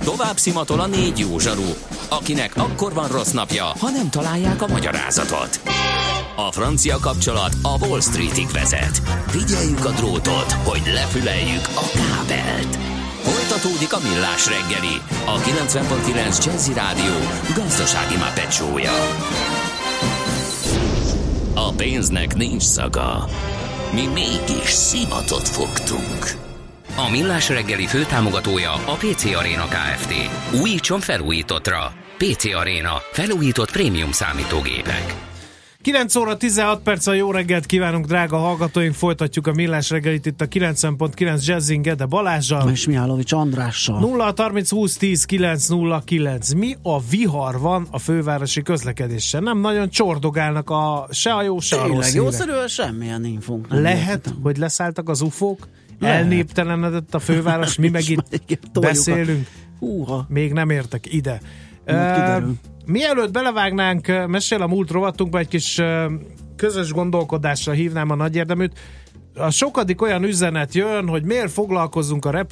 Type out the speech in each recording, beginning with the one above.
Tovább szimatol a 4 jó zsaru, akinek akkor van rossz napja, ha nem találják a magyarázatot. A francia kapcsolat a Wall Streetig vezet. Figyeljük a drótot, hogy lefüleljük a kábelt. Folytatódik a Millás reggeli, a 90.9 Jazzy Rádió gazdasági mápecsója. A pénznek nincs szaga. Mi mégis szimatot fogtunk. A Millás reggeli főtámogatója a PC Arena Kft. Újítson felújítottra. PC Arena. Felújított prémium számítógépek. 9 óra 16 perc, a jó reggelt kívánunk, drága hallgatóink, folytatjuk a Millás reggelit itt a 90.9 Jazzin Gede Balázsral és Mihálovics Andrással. 0 30 20 10 909. Mi a vihar van a fővárosi közlekedéssel? Nem nagyon csordogálnak se a jó, se a rossz hírek. Jószerűen semmilyen infónk nem lehet, értem. hogy leszálltak az ufók? Elnéptelenedett a főváros, mi meg itt beszélünk. Még nem értek ide. Mielőtt belevágnánk, mesél a múlt rovatunkba, egy kis közös gondolkodásra hívnám a nagy érdeműt. A sokadik olyan üzenet jön, hogy miért foglalkozunk a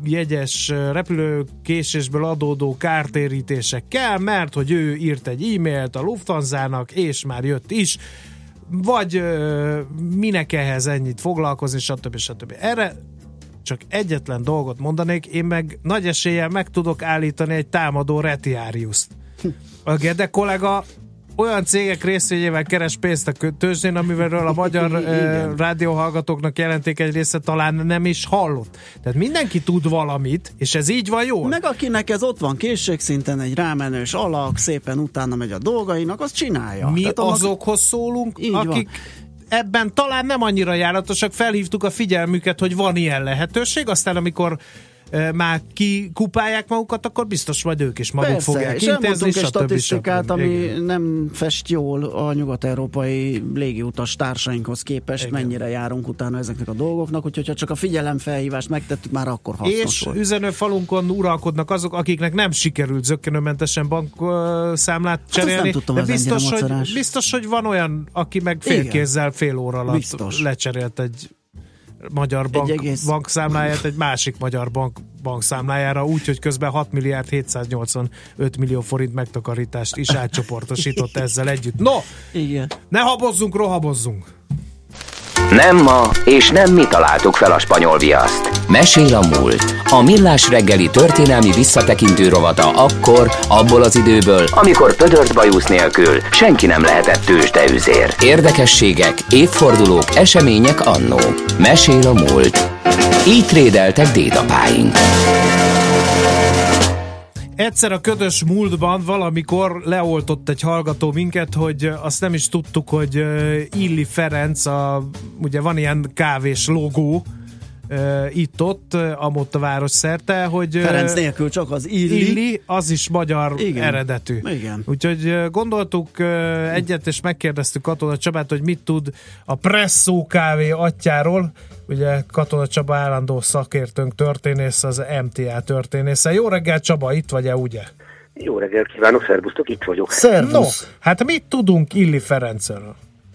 repülőkésésből adódó kártérítésekkel, mert hogy ő írt egy e-mailt a Lufthansa-nak, és már jött is, vagy minek ehhez ennyit foglalkozni, stb. Erre csak egyetlen dolgot mondanék, én meg nagy eséllyel meg tudok állítani egy támadó retiáriuszt. A Gede kollega olyan cégek részvényével keres pénzt a tőzsdén, amivel a magyar rádióhallgatóknak jelenték egy része talán nem is hallott. Tehát mindenki tud valamit, és ez így van jól. Meg akinek ez ott van készségszinten, egy rámenős alak, szépen utána megy a dolgainak, azt csinálja. Mi tehát azokhoz szólunk, akik ebben talán nem annyira járatosak, felhívtuk a figyelmüket, hogy van ilyen lehetőség, aztán amikor már kikupálják magukat, akkor biztos majd ők is maguk fogják intézni, stb. Egy statisztikát, ami nem fest jól a nyugat-európai légiutas társainkhoz képest, igen, mennyire járunk utána ezeknek a dolgoknak, úgyhogy ha csak a figyelemfelhívást megtettük, már akkor hasznos és volt. Üzenőfalunkon uralkodnak azok, akiknek nem sikerült zökkenőmentesen bankszámlát cserélni, de biztos, hogy van olyan, aki meg félkézzel fél óra alatt lecserélt egy magyar bankszámláját egy másik magyar bankszámlájára, úgyhogy közben 6 milliárd 785 millió forint megtakarítást is átcsoportosított ezzel együtt. No, igen. Ne habozzunk, rohabozzunk! Nem ma, és nem mi találtuk fel a spanyol viaszt. Mesél a múlt. A Millás reggeli történelmi visszatekintő rovata akkor, abból az időből, amikor pödört bajusz nélkül senki nem lehetett tőzsdeüzér. Érdekességek, évfordulók, események annó. Mesél a múlt. Így trédeltek dédapáink. Egyszer a ködös múltban valamikor leoltott egy hallgató minket, hogy azt nem is tudtuk, hogy Illy Ferenc, ugye van ilyen kávés logó itt-ott, amott a város szerte, hogy Ferenc nélkül csak az Illy, az is magyar eredetű. Igen. Úgyhogy gondoltuk egyet, és megkérdeztük Katona Csabát, hogy mit tud a presszó kávé atyjáról. Ugye Katona Csaba állandó szakértőnk, történész, az MTA történésze. Jó reggel, Csaba, itt vagy-e, ugye? Jó reggelt kívánok, szervusztok, itt vagyok. Szervusz! No, hát mit tudunk Illy Ferencről?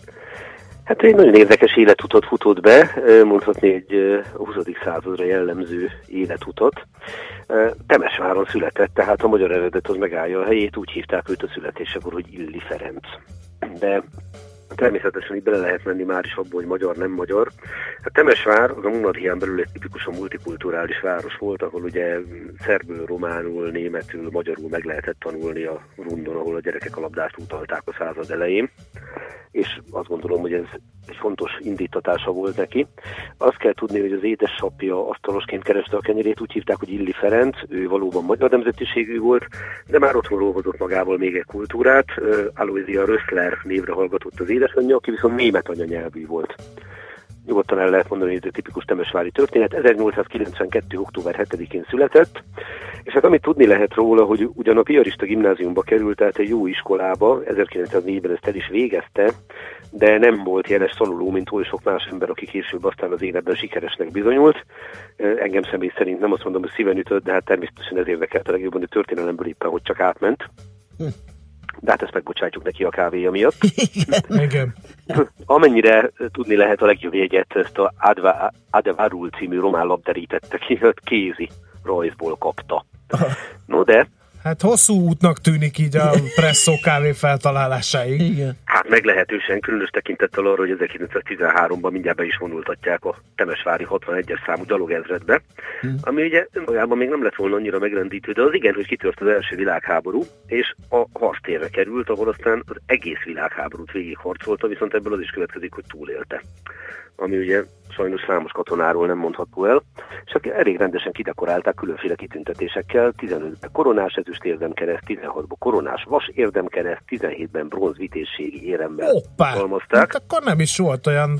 Hát egy nagyon érdekes életutat futott be, mondhatni egy 20. századra jellemző életutat. Temesváron született, tehát a magyar eredet az megállja a helyét, úgy hívták őt a születésekor, hogy Illy Ferenc. De természetesen itt bele lehet menni már is abból, hogy magyar, nem magyar. Hát Temesvár az a Monarchián belül egy tipikusan multikulturális város volt, ahol ugye szerbül, románul, németül, magyarul meg lehetett tanulni a rundon, ahol a gyerekek a labdást utalták a század elején. És azt gondolom, hogy ez egy fontos indítatása volt neki. Azt kell tudni, hogy az édesapja asztalosként kereste a kenyerét, úgy hívták, hogy Illy Ferenc, ő valóban magyar nemzetiségű volt, de már otthonról hozott magával még egy kultúrát. Aloysia Rössler névre hallgatott az édesanyja, aki viszont német anyanyelvű volt. Nyugodtan el lehet mondani, hogy ez egy tipikus temesvári történet. 1892. október 7-én született, és hát amit tudni lehet róla, hogy ugyan a piarista gimnáziumba került, tehát egy jó iskolába, 1904-ben ezt el is végezte, de nem volt jeles szaluló, mint oly sok más ember, aki később aztán az életben sikeresnek bizonyult. Engem személy szerint nem azt mondom, hogy szíven ütött, de hát természetesen ez érdekelt a legjobban, hogy történelemből éppen, hogy csak átment. De hát ezt megbocsátjuk neki a kávéja miatt. Igen. Amennyire tudni lehet, a legjobb jegyet ezt a Advarul című román labderítette ki, kézi rajzból kapta. No de... Hát hosszú útnak tűnik így a presszó kávé feltalálásáig. Igen. Hát meglehetősen, különös tekintettel arra, hogy 1913-ban mindjárt be is vonultatják a temesvári 61-es számú gyalogezredbe, ami ugye önmagában még nem lett volna annyira megrendítő, de az igen, hogy kitört az első világháború, és a harctérre került, ahol aztán az egész világháborút végigharcolta, viszont ebből az is következik, hogy túlélte. Ami ugye sajnos számos katonáról nem mondható el, és elég rendesen kidekorálták különféle kitüntetésekkel, 15-ben koronás ezüst érdemkereszt, 16-ban koronás vas érdemkereszt, 17-ben bronz vitézségi éremmel jutalmazták. Hát akkor nem is volt olyan,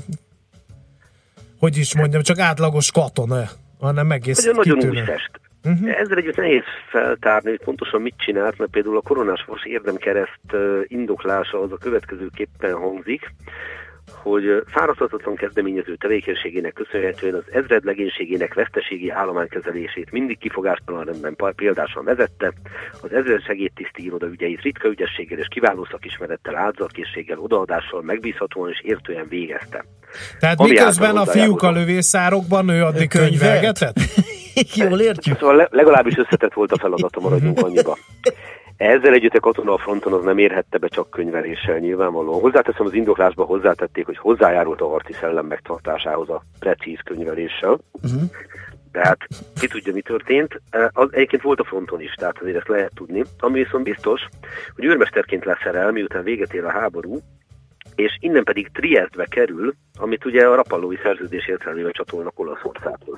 hogy is mondjam, csak átlagos katona, hanem egész kitűnő. Nagyon úgy fest. Ezzel együtt nehéz feltárni, hogy pontosan mit csinált, mert például a koronás vas érdemkereszt indoklása az a következőképpen hangzik, hogy fáradhatatlan kezdeményező tevékenységének köszönhetően az ezred legénységének veszteségi állománykezelését mindig kifogástalan rendben példásan vezette, az ezred segédtiszti iroda ügyeit ritka ügyességgel és kiváló szakismerettel, áldozatkészséggel, odaadással, megbízhatóan és értően végezte. Tehát miközben a fiúk a lövészárokban, ő addig könyvelgetett? Jól értjük. Szóval legalábbis összetett volt a feladata, maradjunk annyiba. Ezzel együtt a katona a fronton az nem érhette be csak könyveléssel nyilvánvalóan. Hozzáteszem, az indoklásba hozzátették, hogy hozzájárult a harci szellem megtartásához a precíz könyveléssel. Tehát ki tudja, mi történt. Az egyébként volt a fronton is, tehát azért ezt lehet tudni. Ami viszont biztos, hogy őrmesterként leszerel, miután véget ér a háború, és innen pedig Triestbe kerül, amit ugye a rapallói szerződés értelmével csatolnak Olaszországhoz.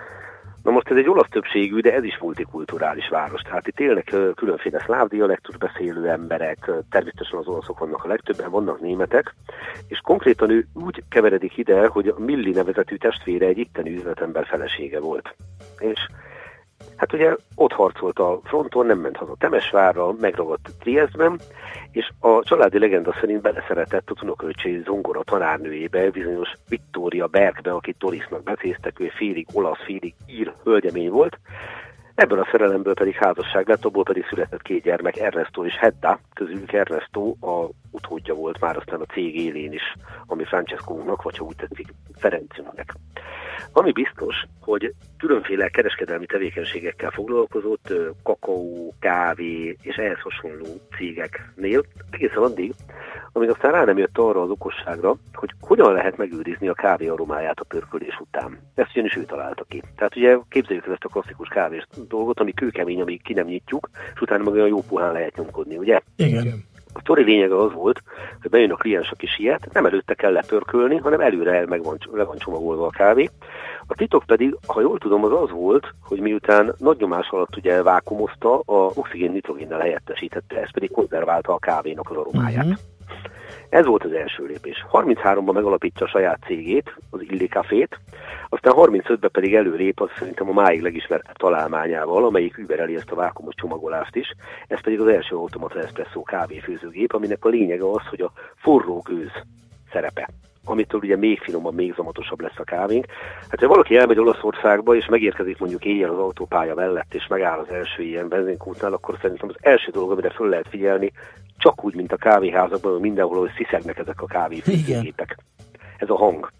Na most ez egy olasz többségű, de ez is multikulturális város. Tehát itt élnek különféle szláv dialektus beszélő emberek, természetesen az olaszok vannak a legtöbben, vannak németek, és konkrétan ő úgy keveredik ide, hogy a Milli nevezetű testvére egy itteni üzletember felesége volt. És hát ugye ott harcolt a fronton, nem ment haza Temesvárra, megragadt Triestben, és a családi legenda szerint beleszeretett a unokölcsé zongora tanárnőjébe, bizonyos Vittoria Bergbe, akit Dorisnak becéztek, ő félig olasz, félig ír hölgyemény volt. Ebből a szerelemből pedig házasság lett, abból pedig született 2 gyermek, Ernesto és Hedda, közülük Ernesto a utódja volt már aztán a cég élén is, ami Francescónak, vagy ha úgy tetszik, Ferencnek. Ami biztos, hogy különféle kereskedelmi tevékenységekkel foglalkozott, kakaó, kávé és ehhez hasonló cégeknél, egészen addig, amíg aztán rá nem jött arra az okosságra, hogy hogyan lehet megőrizni a kávé aromáját a pörkölés után. Ezt ugyanis ő találta ki. Tehát ugye képzeljük ezt a klasszikus kávés dolgot, ami kőkemény, amíg ki nem nyitjuk, és utána meg olyan jó puhán lehet nyomkodni, ugye? Igen. A sztori lényege az volt, hogy bejön a kliens, aki siet, nem előtte kell lepörkölni, hanem előre le van csomagolva a kávé. A titok pedig, ha jól tudom, az volt, hogy miután nagy nyomás alatt ugye vákuumozta, a oxigén nitrogénnel helyettesítette, ez pedig konzerválta a kávénak az aromáját. Ez volt az első lépés. 33-ban megalapítja a saját cégét, az Illy Cafét, aztán 35-ben pedig előlép, az szerintem a máig legismertebb találmányával, amelyik übereli ezt a vákuumos csomagolást is. Ez pedig az első automata espresszó kávéfőzőgép, aminek a lényege az, hogy a forró gőz szerepe, amitől ugye még finomabb, még zamatosabb lesz a kávénk. Hát ha valaki elmegy Olaszországba, és megérkezik mondjuk éjjel az autópálya mellett, és megáll az első ilyen benzinkútnál, akkor szerintem az első dolog, amire föl lehet figyelni, csak úgy, mint a kávéházakban, mindenhol, hogy sziszegnek ezek a kávéfőzőgépek. Ez a hang.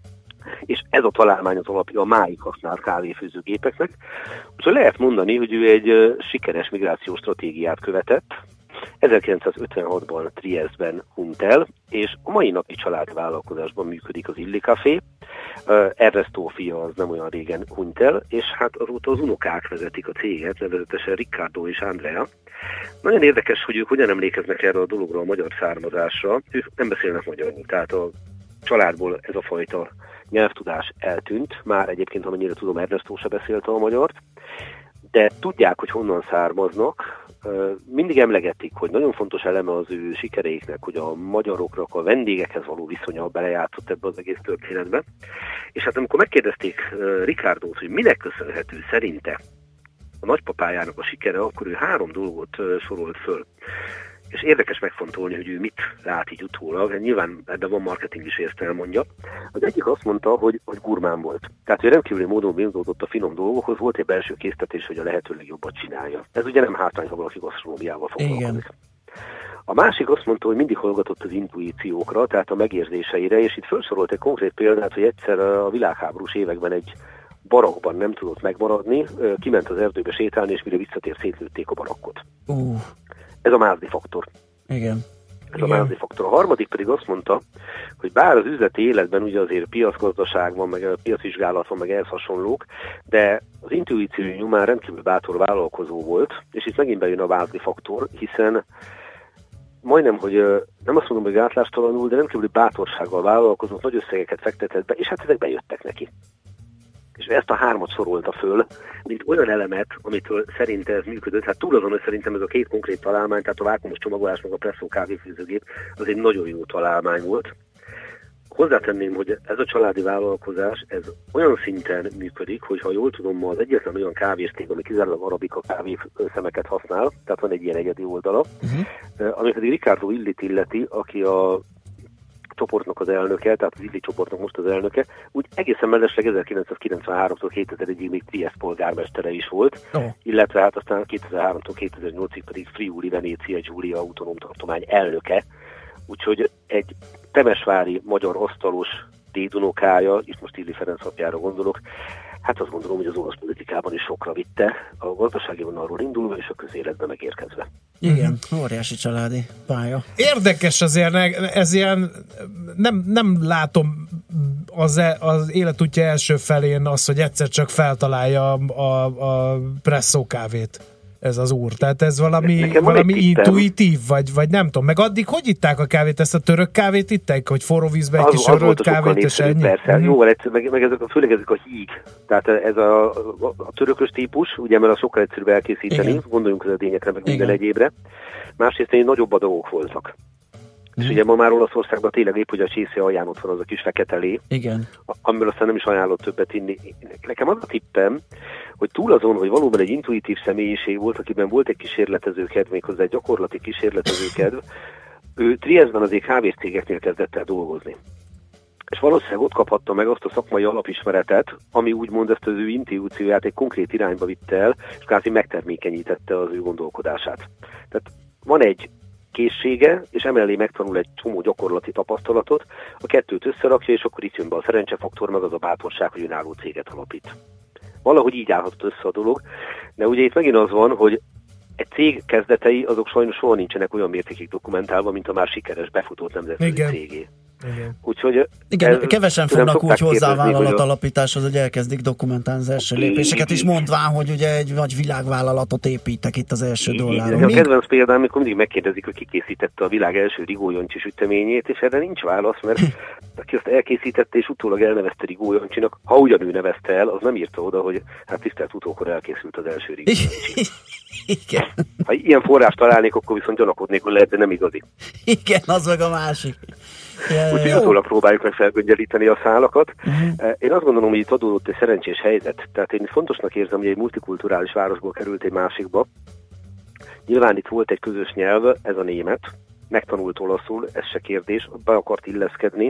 És ez a találmány az alapja a máig használt kávéfőzőgépeknek. Úgyhogy lehet mondani, hogy ő egy sikeres migrációs stratégiát követett. 1956-ban Triestben hunyt el, és a mai napi családvállalkozásban működik az Illy Café. Ernesto fia az nem olyan régen hunyt el, és hát azóta az unokák vezetik a céget, nevezetesen Riccardo és Andrea. Nagyon érdekes, hogy ők hogyan emlékeznek erre a dologra, a magyar származásra. Ők nem beszélnek magyarul, tehát a családból ez a fajta nyelvtudás eltűnt. Már egyébként, amennyire tudom, Ernesto se beszélte a magyart, de tudják, hogy honnan származnak. Mindig emlegetik, hogy nagyon fontos eleme az ő sikereiknek, hogy a magyaroknak a vendégekhez való viszonya belejátszott ebbe az egész történetbe. És hát amikor megkérdezték Riccardót, hogy minek köszönhető szerinte a nagypapájának a sikere, akkor ő 3 dolgot sorolt föl. És érdekes megfontolni, hogy ő mit lát így utólag. Nyilván ebben van marketing is, ezt elmondja. Az egyik azt mondta, hogy gurmán volt. Tehát ő rendkívüli módon vonzódott a finom dolgokhoz, volt egy belső késztetés, hogy a lehető legjobbat csinálja. Ez ugye nem hátrány, ha valaki gasztronómiával foglalkozik. A másik azt mondta, hogy mindig hallgatott az intuíciókra, tehát a megérzéseire, és itt felsorolt egy konkrét példát, hogy egyszer a világháborús években egy barakban nem tudott megmaradni, kiment az erdőbe sétálni, és mire visszatér, szétlőtték a barakkot. Ez a Mázdi faktor. Igen. Ez a Mázdi faktor. A harmadik pedig azt mondta, hogy bár az üzleti életben ugye azért piacgazdaság van, meg piacvizsgálat van, meg ehhez hasonlók, de az intuíció nyomán rendkívül bátor vállalkozó volt, és itt megint bejön a Mázdi faktor, hiszen majdnem, hogy nem azt mondom, hogy gátlástalanul, de rendkívül bátorsággal vállalkozott, nagy összegeket fektetett be, és hát ezek bejöttek neki. És ezt a 3-at sorolta föl, mint olyan elemet, amitől szerint ez működött. Hát túl azon, hogy szerintem ez a 2 konkrét találmány, tehát a vákumos csomagolás, meg a presszó kávéfőzőgép, az egy nagyon jó találmány volt. Hozzátenném, hogy ez a családi vállalkozás, ez olyan szinten működik, hogy ha jól tudom, ma az egyetlen olyan kávészték, ami kizárólag arabika kávészemeket használ, tehát van egy ilyen egyedi oldala, ami pedig Riccardo Illit illeti, aki a csoportnak az elnöke, tehát az Illi csoportnak most az elnöke, úgy egészen mellesleg 1993-tól 2001-ig még Trieste polgármestere is volt, illetve hát aztán 2003-tól 2008-ig pedig Friuli Venécia Giulia autonóm tartomány elnöke, úgyhogy egy temesvári magyar asztalos dédunokája, itt most Illi Ferenc apjára gondolok, hát azt gondolom, hogy az olasz politikában is sokra vitte, a gazdasági vonalról indulva és a közéletbe megérkezve. Igen, óriási családi pálya. Érdekes azért, ez ilyen, nem látom az életútja első felén az, hogy egyszer csak feltalálja a presszó kávét. Ez az úr. Tehát ez valami intuitív, vagy nem tudom. Meg addig hogy itták a kávét? Ezt a török kávét itták? Hogy forró vízbe egy kis örölt kávét, és ennyi? Persze, jóval egyszerűbb, meg ezek, főleg ezek a híg. Tehát ez a törökös típus, ugye, mert a sokkal egyszerűbb elkészíteni, igen. Gondoljunk az edényekre, meg minden egyébre. Másrészt nagyobb adagok voltak. És ugye ma már Olaszországban tényleg épp, hogy a csésze alján ott van az a kis fekete lé, igen. Amiből aztán nem is ajánlott többet inni. Nekem az a tippem, hogy túl azon, hogy valóban egy intuitív személyiség volt, akiben volt egy kísérletező kedv, méghozzá egy gyakorlati kísérletező kedv, ő Triestben azért kávészcégeknél kezdett el dolgozni. És valószínűleg ott kaphatta meg azt a szakmai alapismeretet, ami úgymond ezt az ő intuícióját egy konkrét irányba vitte el, és kvázi megtermékenyítette az ő gondolkodását. Tehát van egy készsége, és emellé megtanul egy csomó gyakorlati tapasztalatot, a kettőt összerakja, és akkor itt jön be a szerencsefaktor, meg az a bátorság, hogy önálló céget alapít. Valahogy így állhatott össze a dolog, de ugye itt megint az van, hogy egy cég kezdetei azok sajnos soha nincsenek olyan mértékig dokumentálva, mint a már sikeres, befutott nemzetközi cégé. Úgyhogy kevesen fognak úgy hozzá a vállalatalapításhoz, hogy elkezdik dokumentálni az első lépéseket, és mondván, hogy ugye egy nagy világvállalatot építek itt az első dolláron. A kedvenc példám, amikor mindig megkérdezik, hogy ki készítette a világ első rigójancsis üteményét, és erre nincs válasz, mert aki azt elkészítette, és utólag elnevezte rigójancsinak, ha ugyan ő nevezte el, az nem írta oda, hogy hát tisztelt utókor elkészült az első rigójancsis. Igen. Ha ilyen forrást találnék, akkor viszont gyanakodnék, hogy lehet, de nem igazi. Igen, az meg a másik. Úgyhogy utólag próbáljuk meg felgöngyelíteni a szálakat. Én azt gondolom, hogy itt adódott egy szerencsés helyzet. Tehát én fontosnak érzem, hogy egy multikulturális városból került egy másikba. Nyilván itt volt egy közös nyelv, ez a német. Megtanult olaszul, ez se kérdés. Be akart illeszkedni.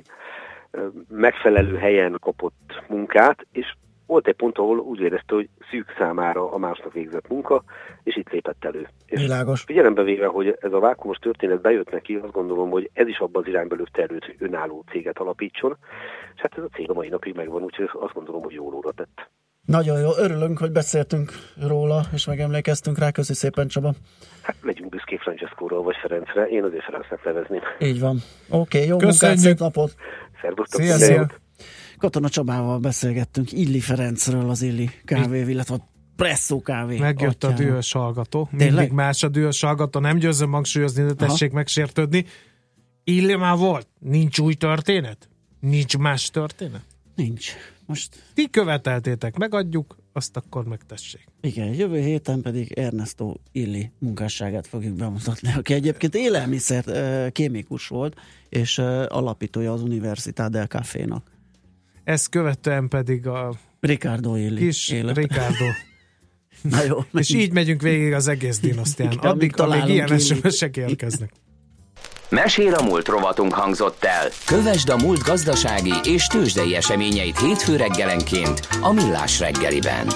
Megfelelő helyen kapott munkát, és volt egy pont, ahol úgy érezte, hogy szűk számára a másnak végzett munka, és itt lépett elő. Világos. És figyelembe véve, hogy ez a vákumos történet bejött neki, azt gondolom, hogy ez is abban az irányba lökte előtt, hogy önálló céget alapítson, és hát ez a cég a mai napig megvan, úgyhogy azt gondolom, hogy jól óra tett. Nagyon jó, örülünk, hogy beszéltünk róla, és megemlékeztünk rá. Köszi szépen, Csaba. Hát legyünk büszkék Francescóról vagy Ferencre, én azért Ferencnek nevezném. Így van. Oké, jó munkát, szép napot! Szervusztok! Szia! Katona Csabával beszélgettünk Illi Ferencről, az Illi kávé, illetve a presszó kávé. Megjött atyára. A dühös hallgató. Tényleg? Mindig más a dühös hallgató. Nem győzöm hangsúlyozni, de tessék megsértődni. Illi már volt. Nincs új történet? Nincs más történet? Nincs. Most... Ti követeltétek, megadjuk, azt akkor megtessék. Igen, jövő héten pedig Ernesto Illi munkásságát fogjuk bemutatni, aki egyébként élelmiszer kémikus volt, és alapítója az Università del Cafénak. Ezt követően pedig a Riccardo Illi kis élet. Riccardo. Na jó. És így megyünk végig az egész dinasztián. Addig, amíg ilyen SMS-ek érkeznek. Mesél a múlt rovatunk hangzott el. Kövesd a múlt gazdasági és tőzsdei eseményeit hétfő reggelenként a Millás reggeliben.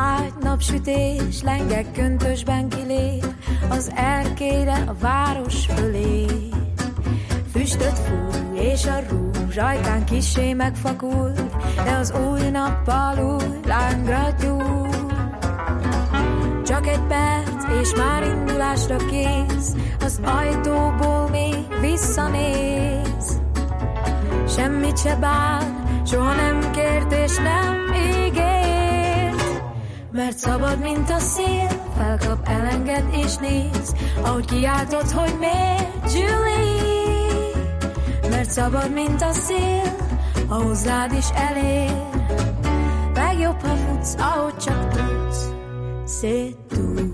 Lágy napsütés, lengek köntösben kilép az erkélyre a város fölé. Füstöt fúj, és a rúzs ajkán kissé megfakult, de az új nappal új lángra gyúl. Csak egy perc, és már indulásra kész, az ajtóból még visszanéz. Semmit se bán, soha nem kért és nem ígért. Mert szabad, mint a szél, felkap, elenged és néz, ahogy kiáltott, hogy miért, Julie. Mert szabad, mint a szél, ha hozzád is elér. Legjobb, ha futsz, ahogy csak tudsz, c'est tout.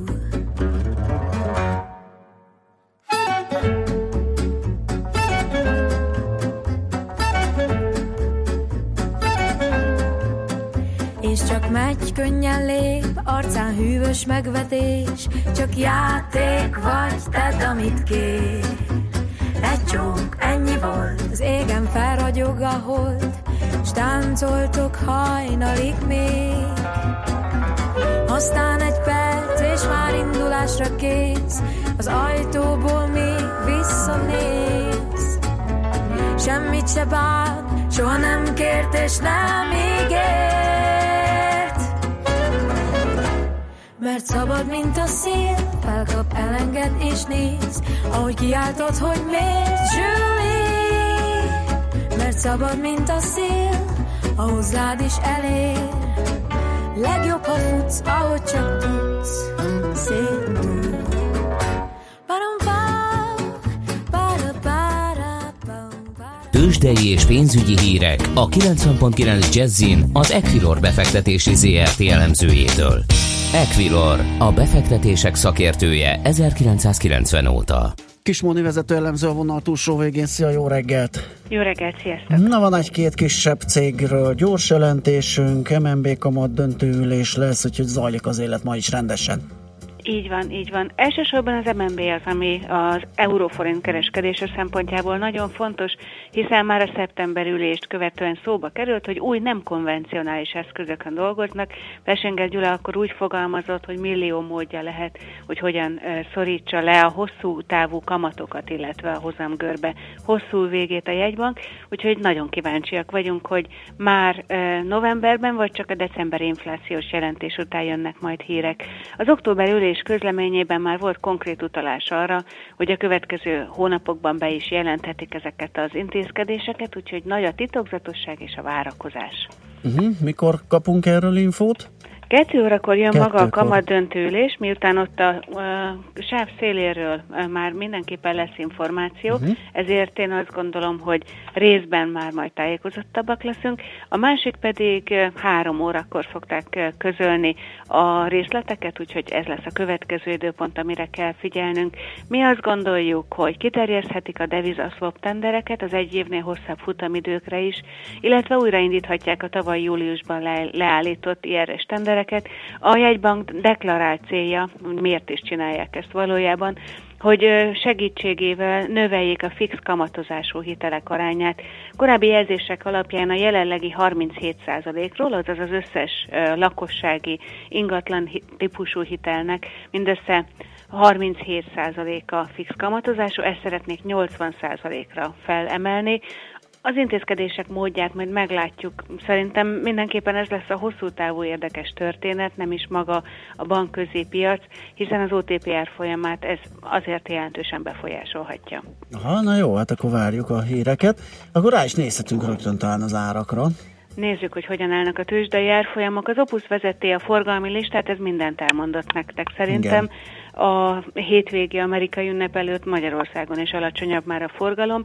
És csak megy, könnyen lép, arcán hűvös megvetés, csak játék vagy, tedd, amit kér. Egy csók, ennyi volt, az égen felragyog a hold, s táncoltok hajnalig még. Aztán egy perc, és már indulásra kész, az ajtóból még visszanéz. Semmit se bán, soha nem kért és nem ígért. Mert szabad, mint a szél, felkap, elenged és néz, ahogy kiáltott, hogy miért, Julie. Mert szabad, mint a szél, ha hozzád is elér. Legjobb, ha futsz, ahogy csak tudsz, c'est tout. Tőzsdei és pénzügyi hírek a 90.9 Jazzin az Equilor befektetési ZRT elemzőjétől. Equilor, a befektetések szakértője 1990 óta. Kismóni vezető elemző a vonal túlsó végén. Szia, jó reggelt! Jó reggelt, sziasztok! Na, van egy-két kisebb cégről gyors jelentésünk, MNB kamat döntőülés lesz, úgyhogy zajlik az élet ma is rendesen. Így van, így van. Elsősorban az MNB az, ami az euróforint kereskedése szempontjából nagyon fontos, hiszen már a szeptember ülést követően szóba került, hogy új nem konvencionális eszközökön dolgoznak. Pesenger Gyula akkor úgy fogalmazott, hogy millió módja lehet, hogy hogyan szorítsa le a hosszú távú kamatokat, illetve a hozamgörbe hosszú végét a jegybank, úgyhogy nagyon kíváncsiak vagyunk, hogy már novemberben, vagy csak a decemberi inflációs jelentés után jönnek majd hírek. Az október ülés közleményében már volt konkrét utalás arra, hogy a következő hónapokban be is jelenthetik ezeket az intézkedéseket, úgyhogy nagy a titokzatosság és a várakozás. Mikor kapunk erről infót? 2 órakor jön maga a kamat döntőülés, miután ott a sáv széléről már mindenképpen lesz információ, ezért én azt gondolom, hogy részben már majd tájékozottabbak leszünk. A másik pedig 3 órakor szokták közölni a részleteket, úgyhogy ez lesz a következő időpont, amire kell figyelnünk. Mi azt gondoljuk, hogy kiterjeszthetik a devizaszwap tendereket az 1 évnél hosszabb futamidőkre is, illetve újraindíthatják a tavaly júliusban leállított IRS tendereket. A jegybank deklarált célja, miért is csinálják ezt valójában, hogy segítségével növeljék a fix kamatozású hitelek arányát. Korábbi jelzések alapján a jelenlegi 37%-ról, azaz az összes lakossági ingatlan típusú hitelnek mindössze 37%-a fix kamatozású, ezt szeretnék 80%-ra felemelni. Az intézkedések módját majd meglátjuk. Szerintem mindenképpen ez lesz a hosszú távú érdekes történet, nem is maga a bankközi piac, hiszen az OTP árfolyamát ez azért jelentősen befolyásolhatja. Aha, na jó, hát akkor várjuk a híreket. Akkor rá is nézhetünk rögtön talán az árakra. Nézzük, hogy hogyan állnak a tőzsdei árfolyamok. Az Opus vezeti a forgalmi listát, ez mindent elmondott nektek. Szerintem igen. A hétvégi amerikai ünnep előtt Magyarországon is alacsonyabb már a forgalom.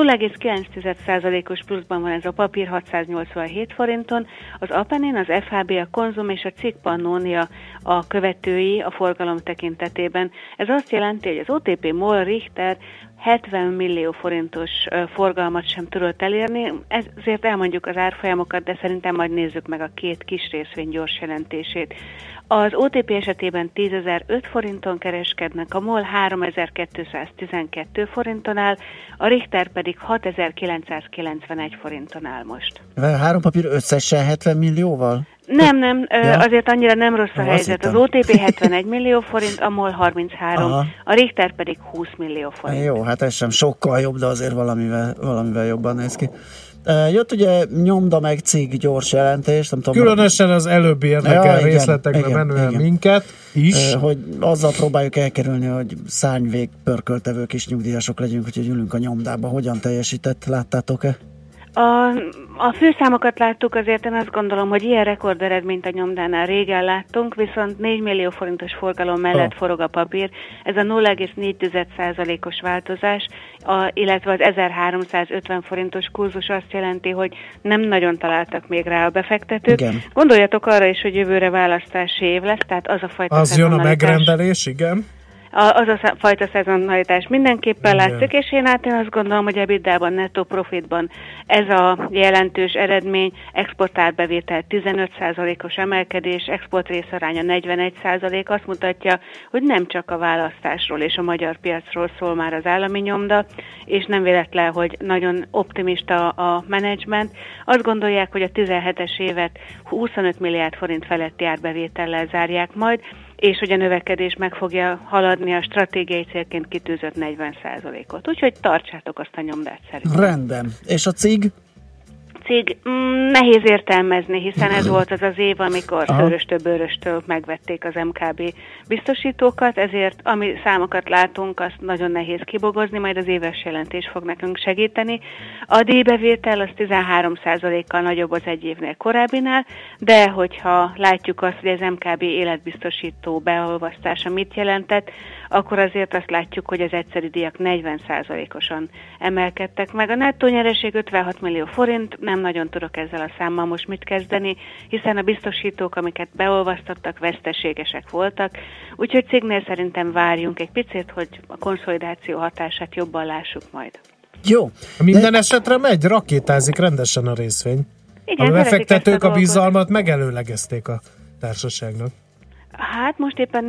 0,9%-os pluszban van ez a papír 687 forinton, az Apenin, az FHB, a Konzum és a Cikk Pannonia a követői a forgalom tekintetében. Ez azt jelenti, hogy az OTP MOL Richter 70 millió forintos forgalmat sem tudott elérni, ezért elmondjuk az árfolyamokat, de szerintem majd nézzük meg a 2 kis részvény gyors jelentését. Az OTP esetében 10.005 forinton kereskednek, a MOL 3.212 forinton áll, a Richter pedig 6.991 forinton áll most. A három papír összesen 70 millióval? Nem, azért annyira nem rossz a helyzet. Az OTP 71 millió forint, a MOL 33, a Richter pedig 20 millió forint. Jó, hát ez sem sokkal jobb, de azért valamivel jobban néz ki. Jött ugye nyomda meg cég gyors jelentés. Nem tudom, különösen az előbbi érdekel részletekbe menően minket is. Hogy azzal próbáljuk elkerülni, hogy szárnyvég pörköltevő kis nyugdíjasok legyünk, úgyhogy ülünk a nyomdába. Hogyan teljesített? Láttátok-e? A főszámokat láttuk, azért én azt gondolom, hogy ilyen rekorderedményt a nyomdánál régen láttunk, viszont 4 millió forintos forgalom mellett forog a papír. Ez a 0,4%-os változás, illetve az 1350 forintos kurzus azt jelenti, hogy nem nagyon találtak még rá a befektetők. Igen. Gondoljatok arra is, hogy jövőre választási év lesz, tehát az a fajta az jön a megrendelés, igen. Az a fajta szezonalitás mindenképpen látszik, és én azt gondolom, hogy EBITDA-ban, nettó profitban ez a jelentős eredmény, exportárbevétel 15%-os emelkedés, export részaránya 41%, azt mutatja, hogy nem csak a választásról és a magyar piacról szól már az állami nyomda, és nem véletlen, hogy nagyon optimista a menedzsment. Azt gondolják, hogy a 17-es évet 25 milliárd forint feletti árbevétellel zárják majd, és hogy a növekedés meg fogja haladni a stratégiai célként kitűzött 40%-ot. Úgyhogy tartsátok azt a nyomdát szerintem. Rendben. És a cég? Cég nehéz értelmezni, hiszen ez volt az az év, amikor szőröstől bőröstől megvették az MKB biztosítókat, ezért ami számokat látunk, azt nagyon nehéz kibogozni, majd az éves jelentés fog nekünk segíteni. A díjbevétel az 13%-kal nagyobb az egy évnél korábbinál, de hogyha látjuk azt, hogy az MKB életbiztosító beolvasztása mit jelentett, akkor azért azt látjuk, hogy az egyszeri díjak 40%-osan emelkedtek meg. A nettó nyereség 56 millió forint, nem nagyon tudok ezzel a számmal most mit kezdeni, hiszen a biztosítók, amiket beolvasztottak, veszteségesek voltak, úgyhogy cégnél szerintem várjunk egy picit, hogy a konszolidáció hatását jobban lássuk majd. Jó. Minden esetre megy, rakétázik rendesen a részvény. Igen, a befektetők a bizalmat megelőlegezték a társaságnak. Hát most éppen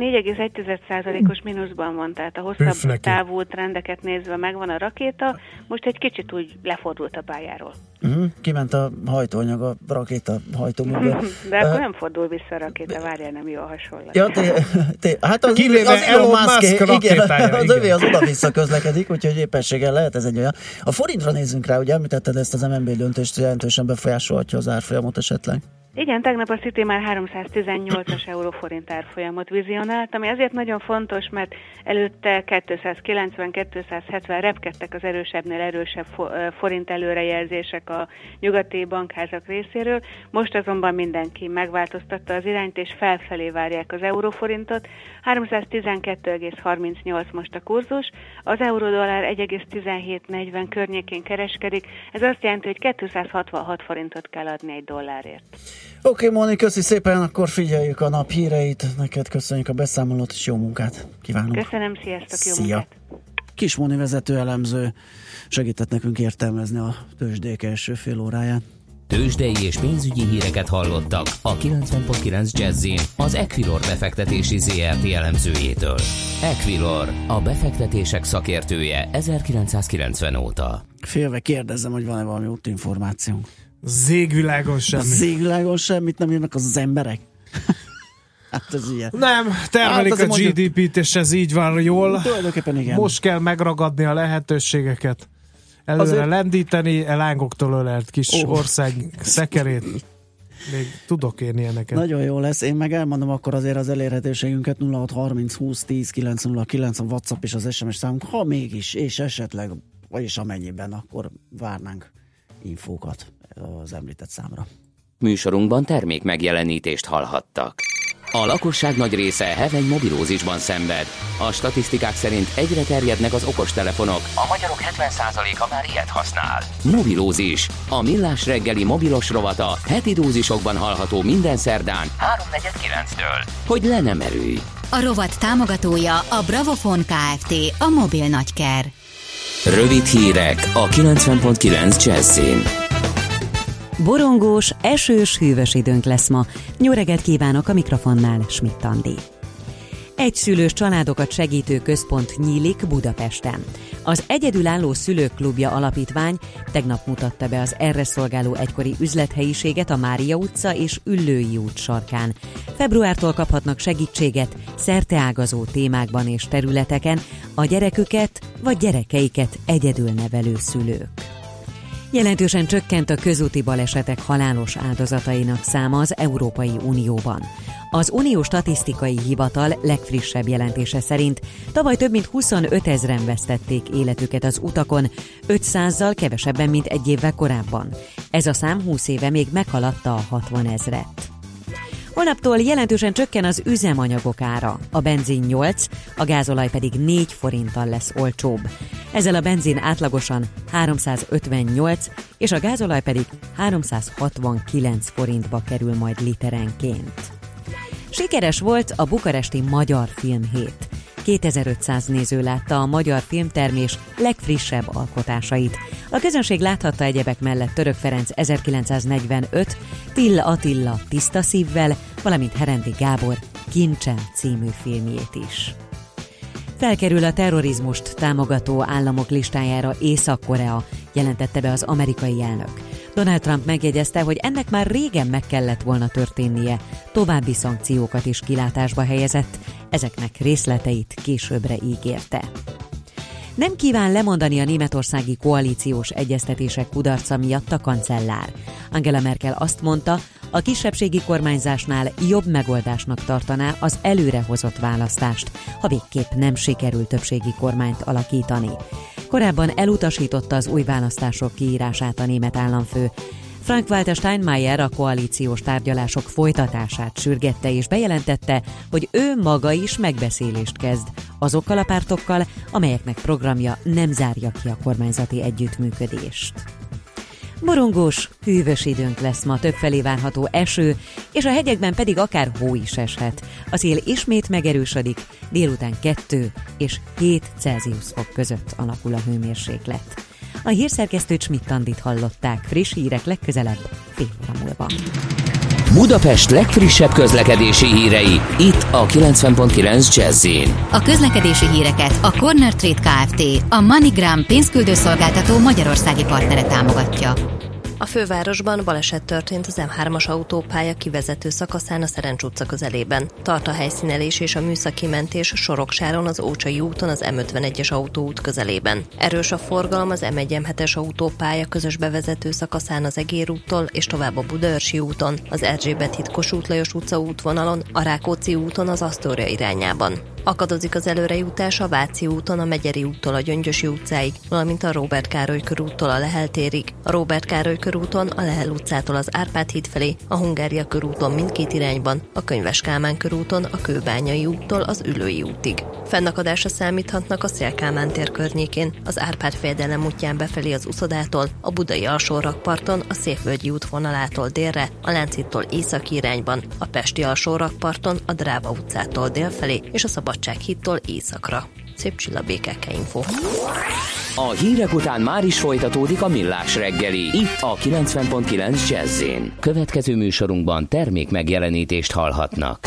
4,1%-os mínuszban van, tehát a hosszabb távú trendeket nézve megvan a rakéta, most egy kicsit úgy lefordult a pályáról. Kiment a hajtóanyag a rakéta hajtóműből. De akkor nem fordul vissza a rakéta, várjál, nem jó a hasonlat. Ja, hát az Elon Musk rakétája, az övé az oda-vissza közlekedik, úgyhogy éppenséggel lehet ez egy olyan. A forintra nézzünk rá, ugye említetted ezt az MNB döntést, jelentősen befolyásolhatja az árfolyamot esetleg. Igen, tegnap a Citi már 318-as euróforint árfolyamot vizionált, ami azért nagyon fontos, mert előtte 290-270 repkedtek az erősebbnél erősebb forint előrejelzések a nyugati bankházak részéről. Most azonban mindenki megváltoztatta az irányt, és felfelé várják az euróforintot. 312,38 most a kurzus, az euró-dollár 1,1740 környékén kereskedik, ez azt jelenti, hogy 266 forintot kell adni egy dollárért. Oké, Móni, köszi szépen, akkor figyeljük a nap híreit, neked köszönjük a beszámolót, és jó munkát kívánunk. Köszönöm, sziasztok, jó munkát. Kis Móni vezető elemző segített nekünk értelmezni a tőzsdék első fél óráját. Tőzsdei és pénzügyi híreket hallottak a 90.9 Jazzin az Equilor befektetési ZRT elemzőjétől. Equilor, a befektetések szakértője 1990 óta. Félve kérdezzem, hogy van-e valami útinformációnk. Zégvilágon semmi. Zégvilágon semmit nem írnak az emberek? Hát ez ilyen. Nem, termelik a GDP-t, és ez így van jól. Tulajdonképpen igen. Most kell megragadni a lehetőségeket. Előre lendíteni, lángoktól ölelt kis ország szekerét. Még tudok én ilyeneket. Nagyon jó lesz. Én meg elmondom akkor azért az elérhetőségünket 0630 20 10 909 a WhatsApp és az SMS számunk. Ha mégis, és esetleg, vagyis amennyiben, akkor várnánk infókat az említett számra. Műsorunkban termék megjelenítést hallhattak. A lakosság nagy része heveny mobilózisban szenved. A statisztikák szerint egyre terjednek az okostelefonok. A magyarok 70%-a már ilyet használ. Mobilózis. A Millás reggeli mobilos rovata heti dózisokban hallható minden szerdán 3:49-től. Hogy le nem erőj. A rovat támogatója a Bravofon Kft. A mobil nagyker. Rövid hírek a 90.9 Jazzin. Borongós, esős, hűvös időnk lesz ma. Jó reggelt kívánok, a mikrofonnál Schmidt Andi. Egyszülős családokat segítő központ nyílik Budapesten. Az Egyedülálló Szülők Klubja Alapítvány tegnap mutatta be az erre szolgáló egykori üzlethelyiséget a Mária utca és Üllői út sarkán. Februártól kaphatnak segítséget szerteágazó témákban és területeken a gyereküket vagy gyerekeiket egyedül nevelő szülők. Jelentősen csökkent a közúti balesetek halálos áldozatainak száma az Európai Unióban. Az Uniós Statisztikai Hivatal legfrissebb jelentése szerint tavaly több mint 25 000-en vesztették életüket az utakon, 500-zal kevesebben, mint egy évvel korábban. Ez a szám 20 éve még meghaladta a 60 000-et. Holnaptól jelentősen csökken az üzemanyagok ára. A benzin 8, a gázolaj pedig 4 forinttal lesz olcsóbb. Ezzel a benzin átlagosan 358, és a gázolaj pedig 369 forintba kerül majd literenként. Sikeres volt a bukaresti Magyar Filmhét. 2500 néző látta a magyar filmtermés legfrissebb alkotásait. A közönség láthatta egyebek mellett Török Ferenc 1945, Till Attila Tiszta szívvel, valamint Herendi Gábor Kincsen című filmjét is. Felkerül a terrorizmust támogató államok listájára Észak-Korea, jelentette be az amerikai elnök. Donald Trump megjegyezte, hogy ennek már régen meg kellett volna történnie, további szankciókat is kilátásba helyezett, ezeknek részleteit későbbre ígérte. Nem kíván lemondani a németországi koalíciós egyeztetések kudarca miatt a kancellár. Angela Merkel azt mondta, a kisebbségi kormányzásnál jobb megoldásnak tartaná az előrehozott választást, ha végképp nem sikerül többségi kormányt alakítani. Korábban elutasította az új választások kiírását a német államfő. Frank-Walter Steinmeier a koalíciós tárgyalások folytatását sürgette és bejelentette, hogy ő maga is megbeszélést kezd azokkal a pártokkal, amelyeknek programja nem zárja ki a kormányzati együttműködést. Borongós, hűvös időnk lesz ma, többfelé várható eső, és a hegyekben pedig akár hó is eshet. A szél ismét megerősödik, délután 2 és 7 Celsius fok között alakul a hőmérséklet. A hírszerkesztőt Schmidt-Andit hallották, friss hírek legközelebb fél óra múlva. Budapest legfrissebb közlekedési hírei, itt a 90.9 Jazz-in. A közlekedési híreket a Corner Trade Kft., a MoneyGram pénzküldőszolgáltató magyarországi partnere támogatja. A fővárosban baleset történt az M3-as autópálya kivezető szakaszán a Szerencs utca közelében. Tart a helyszínelés és a műszaki mentés Soroksáron az Ócsai úton az M51-es autóút közelében. Erős a forgalom az M1-M7-es autópálya közös bevezető szakaszán az Egér úttól és tovább a Budaörsi úton, az Erzsébet híd Kossuth Lajos utca útvonalon, a Rákóczi úton az Asztória irányában. Akadozik az előrejutás a Váci úton a Megyeri úttól a Gyöngyösi utcáig, valamint a Róbert Károly körúttól a Lehel térig, a Róbert Károly körúton a Lehel utcától az Árpád híd felé, a Hungária körúton mindkét irányban, a Könyves Kálmán körúton a Kőbányai úttól az Üllői útig. Fennakadásra számíthatnak a Széll-Kálmán tér környékén, az Árpád fejedelem útján befelé az Uszodától, a Budai alsórakparton a Székvölgyi út vonalától délre, a Lánchídtól északi irányban, a Pesti alsórakparton a Dráva utcától délfelé és a Szabadsághídtól északra. Szép Csilla, BKK Info. A hírek után már is folytatódik a Millás reggeli, itt a 90.9 Jazz-in. Következő műsorunkban termék megjelenítést hallhatnak.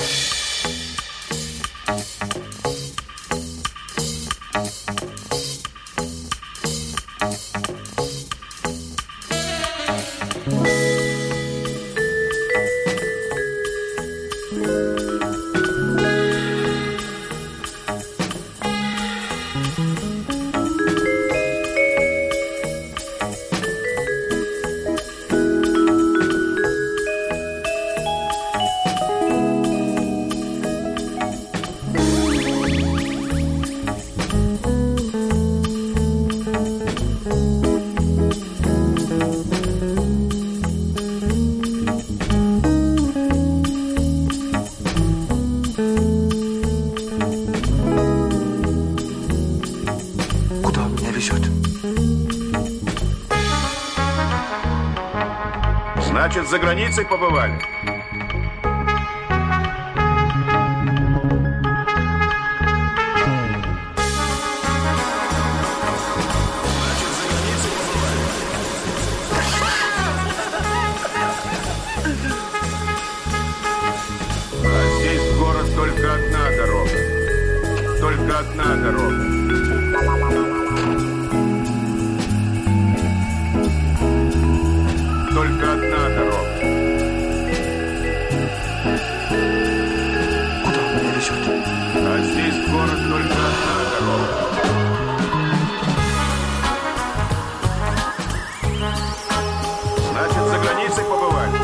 Значит, за границей побывали? А здесь в город только одна дорога. Только одна дорога. Только одна дорога. Куда он несет? А здесь город только одна дорога. Значит, за границей побывали.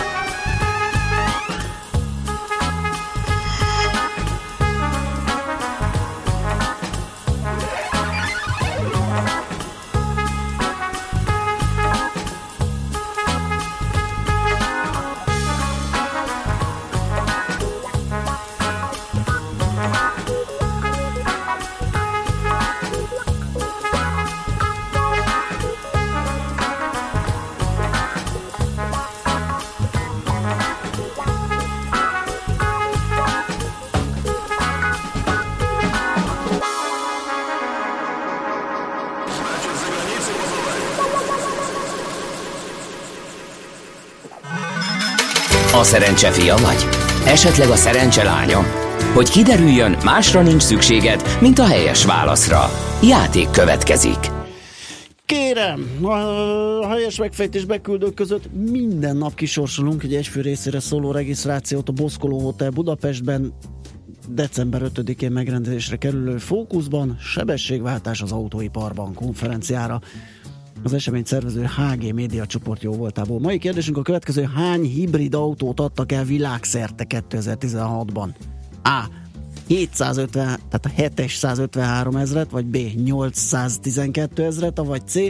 A szerencse fia vagy? Esetleg a szerencse lánya? Hogy kiderüljön, másra nincs szükséged, mint a helyes válaszra. Játék következik. Kérem, a helyes megfejtés beküldők között minden nap kisorsolunk egy egyfő részére szóló regisztrációt a Boszkoló Hotel Budapestben december 5-én megrendezésre kerülő Fókuszban, sebességváltás az autóiparban konferenciára. Az esemény szervező HG Média csoport jó voltából. Mai kérdésünk a következő: hány hibrid autót adtak el világszerte 2016-ban? A. 750, tehát a 753 ezret, vagy B. 812 ezret, vagy C.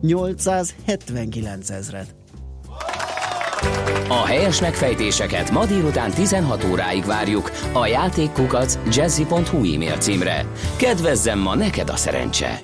879 ezret. A helyes megfejtéseket ma délután 16 óráig várjuk a játékkukac@jazzy.hu e-mail címre. Kedvezzem ma neked a szerencse!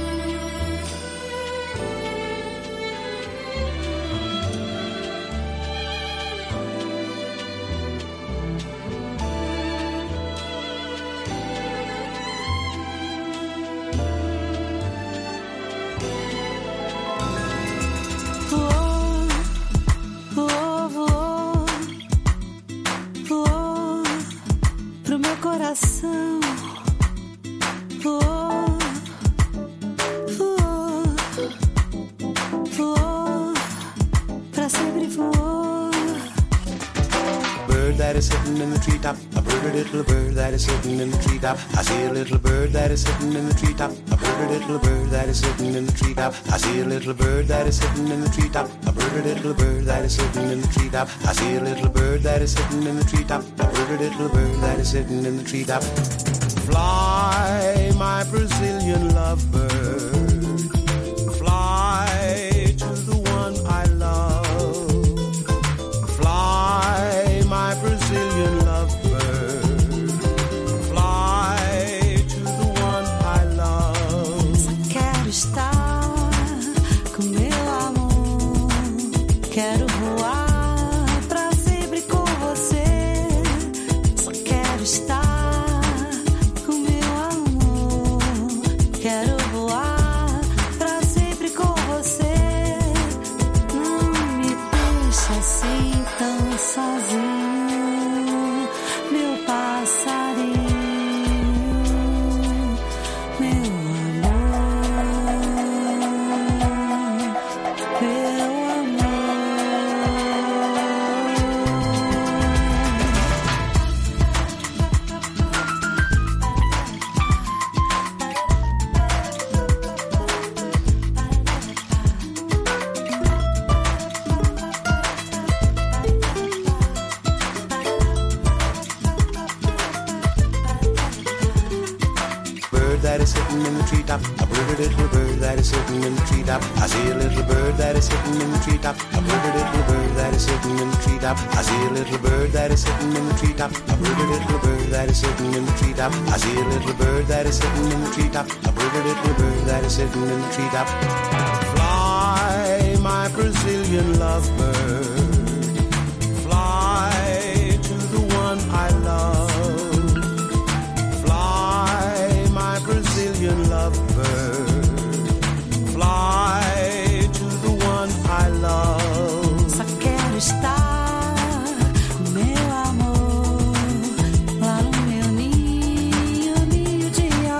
I see a little bird that is sitting in the treetop. A birdie little bird that is sitting in the treetop. I see a little bird that is sitting in the treetop. A birdie little bird that is sitting in the treetop. I see a little bird that is sitting in the treetop. A birdie little bird that is sitting in the treetop. Fly, my Brazilian lovebird. Fly to the one I love. Fly, my Brazilian lovebird. I see a little bird that is sitting in the treetop. A birdie little bird that is sitting in the treetop. I see a little bird that is sitting in the treetop. A birdie little bird that is sitting in the treetop. I see a little bird that is sitting in the treetop. A birdie little bird that is sitting in the treetop. Fly, my Brazilian lovebird. Fly to the one I love. Fly, my Brazilian lovebird. Fly to the one I love. Só quero estar com meu amor lá no meu ninho, ninho de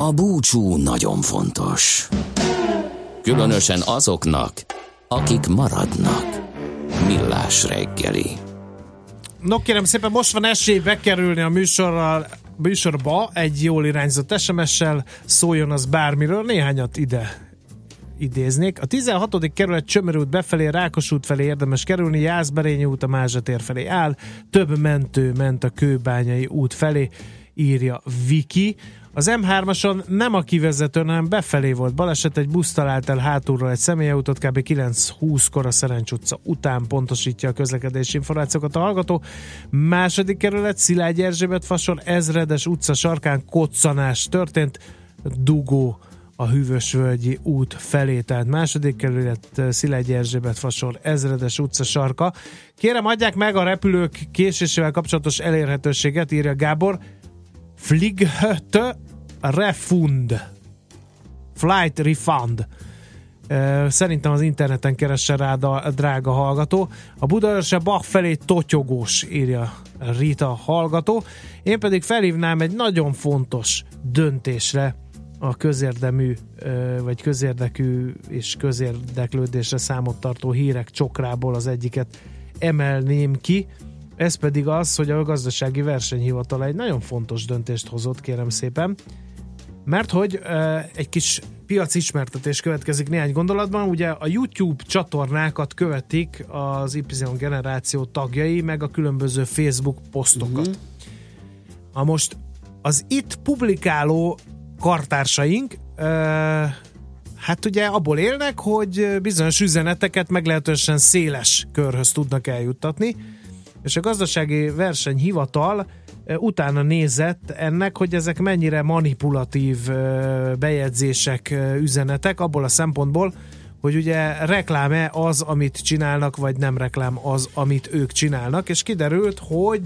A búcsú nagyon fontos. Különösen azoknak, akik maradnak. Millás reggeli. No kérem szépen, most van esély bekerülni a műsorba egy jól irányzott SMS-sel, szóljon az bármiről, néhányat ide idéznék. A 16. kerület Csömör út befelé, Rákos út felé érdemes kerülni, Jászberényi út a Mázsa tér felé áll, több mentő ment a Kőbányai út felé, írja Viki. Az M3-ason nem a kivezetőn, hanem befelé volt baleset, egy busz talált el hátulról egy személyautót, kb. 9:20-kor a Szerencs utca után, pontosítja a közlekedési információkat a hallgató. Második kerület Szilágy Erzsébet fasor, Ezredes utca sarkán koccanás történt, dugó a Hűvösvölgyi út felé, tehát második kerület Szilágy Erzsébet fasor, Ezredes utca sarka. Kérem, adják meg a repülők késésével kapcsolatos elérhetőséget, írja Gábor. Flight refund. Szerintem az interneten keresse rá a drága hallgató. A Budaörse Bach felé totyogós, írja Rita hallgató. Én pedig felhívnám egy nagyon fontos döntésre a közérdemű, vagy közérdekű és közérdeklődésre számot tartó hírek csokrából az egyiket emelném ki. Ez pedig az, hogy a Gazdasági Versenyhivatal egy nagyon fontos döntést hozott, kérem szépen, mert hogy egy kis piacismertetés következik néhány gondolatban. Ugye a YouTube csatornákat követik az Y generáció tagjai, meg a különböző Facebook posztokat. Na most az itt publikáló kartársaink hát ugye abból élnek, hogy bizonyos üzeneteket meglehetősen széles körhöz tudnak eljuttatni, és a Gazdasági Versenyhivatal utána nézett ennek, hogy ezek mennyire manipulatív bejegyzések, üzenetek, abból a szempontból, hogy ugye reklám-e az, amit csinálnak, vagy nem reklám az, amit ők csinálnak, és kiderült,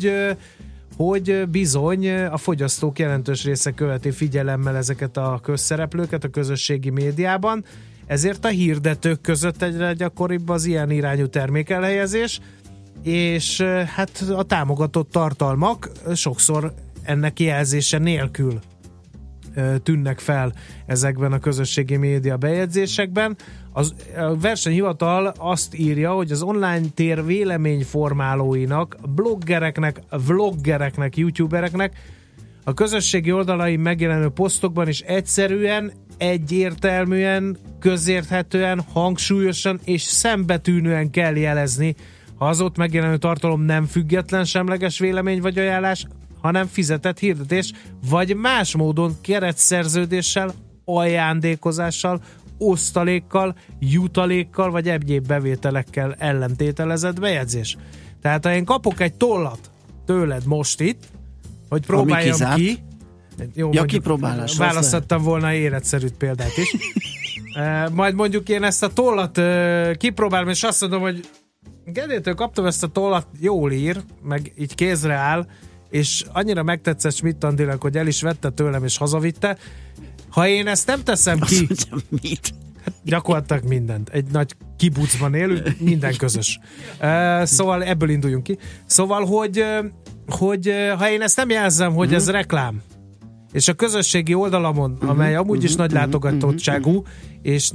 hogy bizony a fogyasztók jelentős része követi figyelemmel ezeket a közszereplőket a közösségi médiában, ezért a hirdetők között egyre gyakoribb az ilyen irányú termékelhelyezés, és hát a támogatott tartalmak sokszor ennek jelzése nélkül tűnnek fel ezekben a közösségi média bejegyzésekben. A versenyhivatal azt írja, hogy az online tér véleményformálóinak, bloggereknek, vloggereknek, youtubereknek a közösségi oldalain megjelenő posztokban is egyszerűen, egyértelműen, közérthetően, hangsúlyosan és szembetűnően kell jelezni, ha az ott megjelenő tartalom nem független, semleges vélemény vagy ajánlás, hanem fizetett hirdetés, vagy más módon keretszerződéssel, ajándékozással, osztalékkal, jutalékkal, vagy egyéb bevételekkel ellentételezett bejegyzés. Tehát ha én kapok egy tollat tőled most itt, hogy próbáljam ki, jó, ja, kipróbálás. Választottam volna életszerű példát is. Majd mondjuk én ezt a tollat kipróbálom, és azt mondom, hogy Gedétől kaptam ezt a tollat, jól ír, meg így kézre áll, és annyira megtetszett Schmidt-Andinak, hogy el is vette tőlem és hazavitte. Ha én ezt nem teszem ki... Mit? Gyakorlatilag mindent. Egy nagy kibucban élünk, minden közös. Szóval ebből induljunk ki. Szóval, hogy ha én ezt nem jelzem, hogy ez reklám, és a közösségi oldalamon, amely amúgy is nagy látogatottságú, és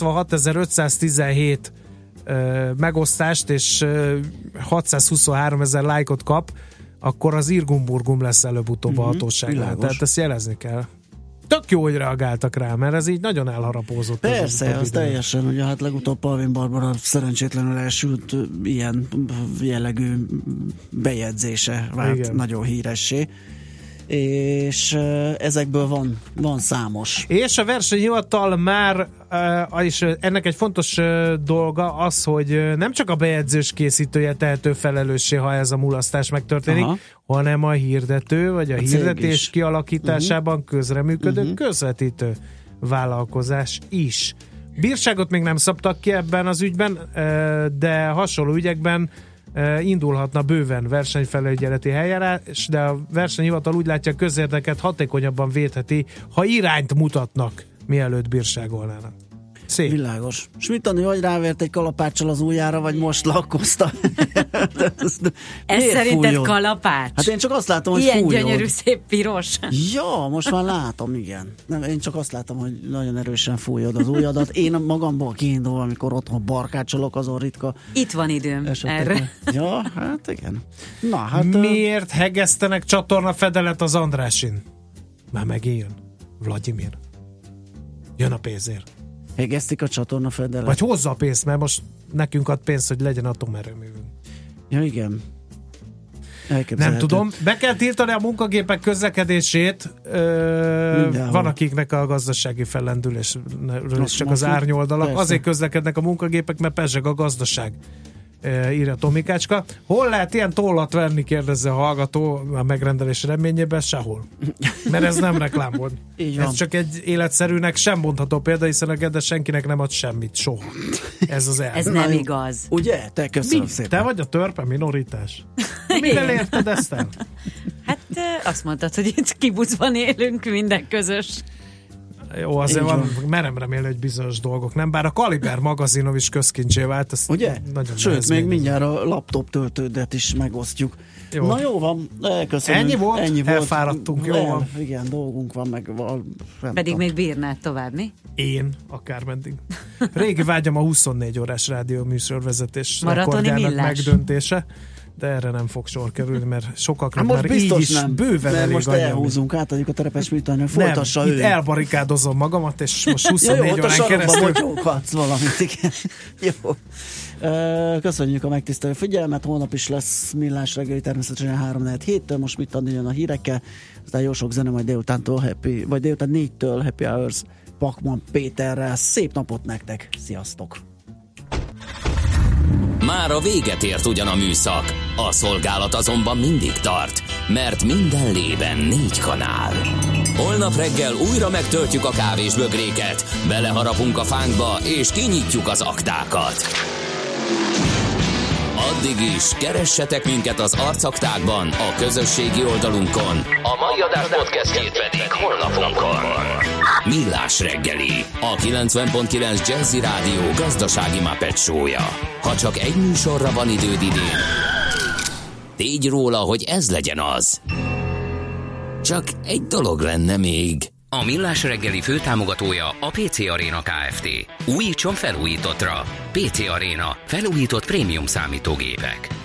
86.517 megosztást és 623 000 lájkot kap, akkor az Irgum-burgum lesz előbb-utóbb a hatóságnál. Tehát ezt jelezni kell. Tök jó, hogy reagáltak rá, mert ez így nagyon elharapózott. Persze, az teljesen, ugye hát legutóbb Palvin Barbara szerencsétlenül elsült ilyen jellegű bejegyzése vált igen. Nagyon híressé. És ezekből van számos. És a versenyhivatal már, és ennek egy fontos dolga az, hogy nem csak a bejegyzés készítője tehető felelőssé, ha ez a mulasztás megtörténik, hanem a hirdető, vagy a hirdetés kialakításában közreműködő közvetítő vállalkozás is. Bírságot még nem szabtak ki ebben az ügyben, de hasonló ügyekben indulhatna bőven versenyfelügyeleti eljárás, de a versenyhivatal úgy látja, közérdeket hatékonyabban védheti, ha irányt mutatnak, mielőtt bírságolnának. Szép. Világos. Smitani, vagy rávert egy kalapáccsal az ujjára, vagy most lakkozta? Ez szerinted kalapács? Hát én csak azt látom, hogy ilyen fújod. Gyönyörű, szép piros. Ja, most már látom, igen. Nem, én csak azt látom, hogy nagyon erősen fújod az ujjadat. Én magamból kiindul, amikor otthon barkácsolok, azon ritka. Itt van időm erre. Ja, hát igen. Na, hát... Miért hegesztenek csatornafedelet az Andrásin? Már megijön. Vladimir. Jön a pénzért. Hegesztik a csatornafedelet. Vagy hozza a pénzt, mert most nekünk ad pénzt, hogy legyen atomerőművünk. Ja, igen. Nem tudom. Be kell tiltani a munkagépek közlekedését. Van akiknek a gazdasági fellendülésről is csak az árnyoldalak. Persze. Azért közlekednek a munkagépek, mert pezseg a gazdaság. Írja Tomikácska. Hol lehet ilyen tollat venni, kérdezze a hallgató a megrendelés reményében? Sehol. Mert ez nem reklám volt. Ez csak egy életszerűnek sem mondható példa, hiszen a Gede senkinek nem ad semmit, soha. Ez az Ez nem igaz. Ugye? Te köszönöm szépen. Te vagy a törpe minoritás. Mivel érted ezt el? Hát azt mondtad, hogy itt kibucban élünk, minden közös. Jó, azért van, merem remélni, hogy bizonyos dolgok, nem? Bár a Kaliber magazinom is közkincsé vált. Ugye? Sőt, még mindjárt a laptop töltődet is megosztjuk. Jó. Na jó van, köszönöm. Ennyi volt? Elfáradtunk, jó van. Igen, dolgunk van, meg pedig még bírnád tovább, mi? Én, akármeddig. Régi vágyam a 24 órás rádió műsorvezetés rekordjának megdöntése, de erre nem fog sor kerülni, mert sokaknak most már így is nem. bőven elég most elhúzunk, átadjuk a terepes műtanyag, folytassa ő. Itt elbarikádozom magamat, és most 24 órán keresztül. Valamit, igen. Jó. Köszönjük a megtisztelő figyelmet, holnap is lesz Millás reggeli, természetesen 3-4-7-től, most mit adni jön a hírekkel, aztán jó sok zene, majd délután 4-től Happy Hours Pakman Péterrel. Szép napot nektek, sziasztok! Már a véget ért ugyan a műszak, a szolgálat azonban mindig tart, mert minden lében 4 kanál. Holnap reggel újra megtöltjük a kávésbögréket, beleharapunk a fánkba és kinyitjuk az aktákat. Addig is keressetek minket az arcaktákban, a közösségi oldalunkon. A mai adás podcastjét pedig honlapunkon. Millás reggeli, a 90.9 Jazzy Rádió gazdasági Muppet show-ja. Ha csak egy műsorra van időd idén, tégy róla, hogy ez legyen az. Csak egy dolog lenne még. A Millás reggeli főtámogatója a PC Arena Kft. Újítson felújítottra. PC Arena. Felújított prémium számítógépek.